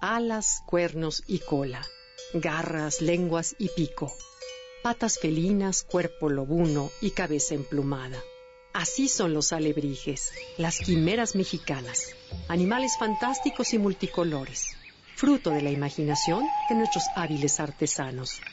alas, cuernos y cola, garras, lenguas y pico, patas felinas, cuerpo lobuno y cabeza emplumada. Así son los alebrijes, las quimeras mexicanas, animales fantásticos y multicolores, fruto de la imaginación de nuestros hábiles artesanos.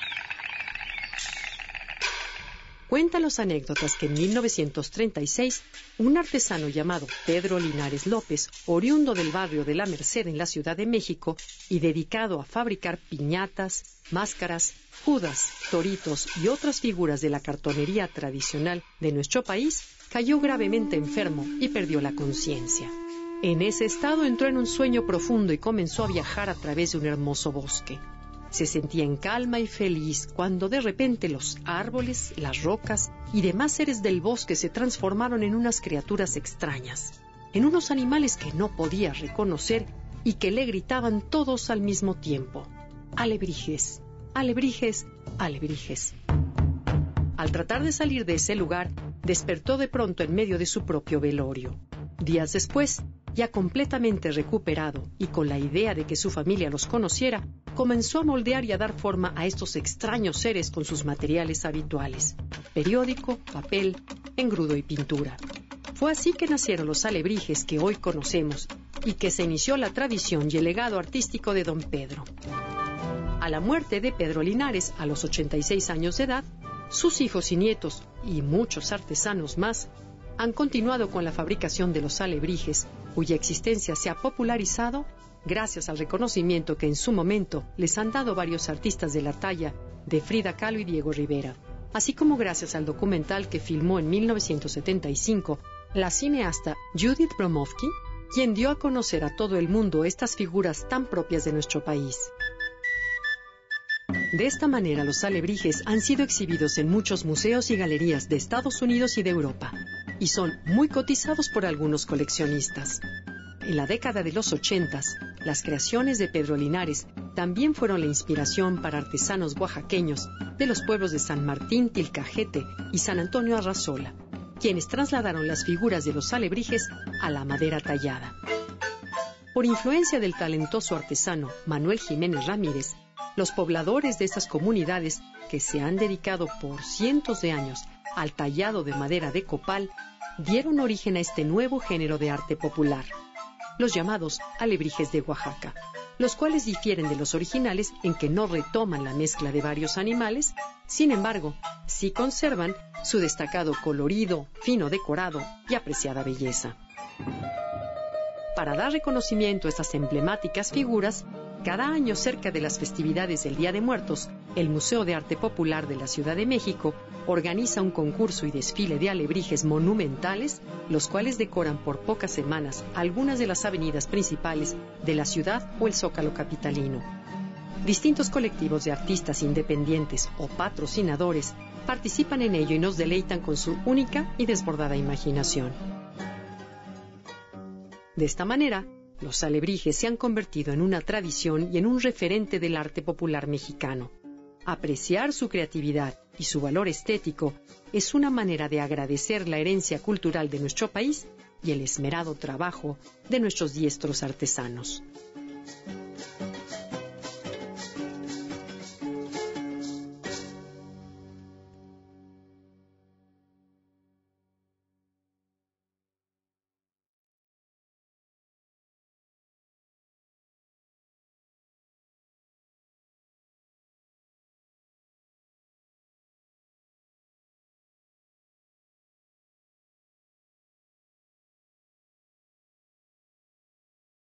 Cuentan las anécdotas que en 1936, un artesano llamado Pedro Linares López, oriundo del barrio de La Merced en la Ciudad de México y dedicado a fabricar piñatas, máscaras, judas, toritos y otras figuras de la cartonería tradicional de nuestro país, cayó gravemente enfermo y perdió la conciencia. En ese estado entró en un sueño profundo y comenzó a viajar a través de un hermoso bosque. Se sentía en calma y feliz cuando de repente los árboles, las rocas y demás seres del bosque se transformaron en unas criaturas extrañas, en unos animales que no podía reconocer y que le gritaban todos al mismo tiempo: alebrijes, alebrijes, alebrijes. Al tratar de salir de ese lugar, despertó de pronto en medio de su propio velorio. Días después, ya completamente recuperado y con la idea de que su familia los conociera, comenzó a moldear y a dar forma a estos extraños seres con sus materiales habituales: periódico, papel, engrudo y pintura. Fue así que nacieron los alebrijes que hoy conocemos y que se inició la tradición y el legado artístico de don Pedro. A la muerte de Pedro Linares, a los 86 años de edad, sus hijos y nietos, y muchos artesanos más, han continuado con la fabricación de los alebrijes, cuya existencia se ha popularizado gracias al reconocimiento que en su momento les han dado varios artistas de la talla de Frida Kahlo y Diego Rivera, así como gracias al documental que filmó en 1975 la cineasta Judith Bromovsky, quien dio a conocer a todo el mundo estas figuras tan propias de nuestro país. De esta manera, los alebrijes han sido exhibidos en muchos museos y galerías de Estados Unidos y de Europa, y son muy cotizados por algunos coleccionistas. En la década de los 80, las creaciones de Pedro Linares también fueron la inspiración para artesanos oaxaqueños de los pueblos de San Martín, Tilcajete y San Antonio Arrazola, quienes trasladaron las figuras de los alebrijes a la madera tallada. Por influencia del talentoso artesano Manuel Jiménez Ramírez, los pobladores de estas comunidades, que se han dedicado por cientos de años al tallado de madera de copal, dieron origen a este nuevo género de arte popular, los llamados alebrijes de Oaxaca, los cuales difieren de los originales en que no retoman la mezcla de varios animales, sin embargo, sí conservan su destacado colorido, fino decorado y apreciada belleza. Para dar reconocimiento a estas emblemáticas figuras, cada año, cerca de las festividades del Día de Muertos, el Museo de Arte Popular de la Ciudad de México organiza un concurso y desfile de alebrijes monumentales, los cuales decoran por pocas semanas algunas de las avenidas principales de la ciudad o el Zócalo capitalino. Distintos colectivos de artistas independientes o patrocinadores participan en ello y nos deleitan con su única y desbordada imaginación. De esta manera, los alebrijes se han convertido en una tradición y en un referente del arte popular mexicano. Apreciar su creatividad y su valor estético es una manera de agradecer la herencia cultural de nuestro país y el esmerado trabajo de nuestros diestros artesanos.